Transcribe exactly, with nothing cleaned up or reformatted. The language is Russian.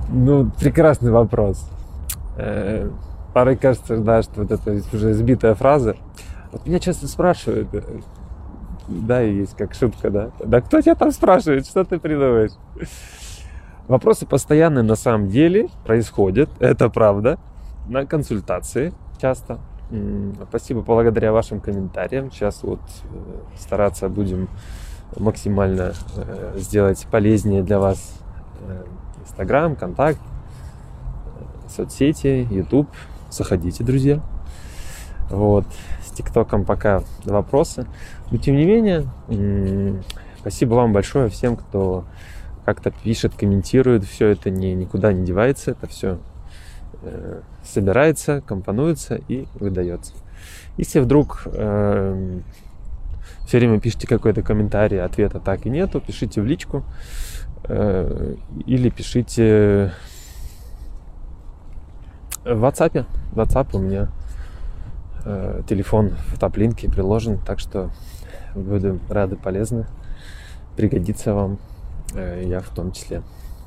Ну, прекрасный вопрос. Порой кажется, да, что вот это уже избитая фраза. Вот меня часто спрашивают, да, и есть как шутка, да. Да кто тебя там спрашивает, что ты придумаешь? Вопросы постоянные на самом деле происходят, это правда, на консультации часто. Спасибо, благодаря вашим комментариям. Сейчас вот стараться будем максимально сделать полезнее для вас Инстаграм, Контакт, соцсети, Ютуб. Заходите, друзья. Вот. С ТикТоком пока вопросы. Но тем не менее, спасибо вам большое всем, кто как-то пишет, комментирует. Все это не, никуда не девается. Это все э, собирается, компонуется и выдается. Если вдруг э, все время пишите какой-то комментарий, ответа так и нету, пишите в личку э, или пишите в WhatsApp. В WhatsApp у меня э, телефон в топ-линке приложен, так что буду рады, полезны, пригодится вам, э, я в том числе.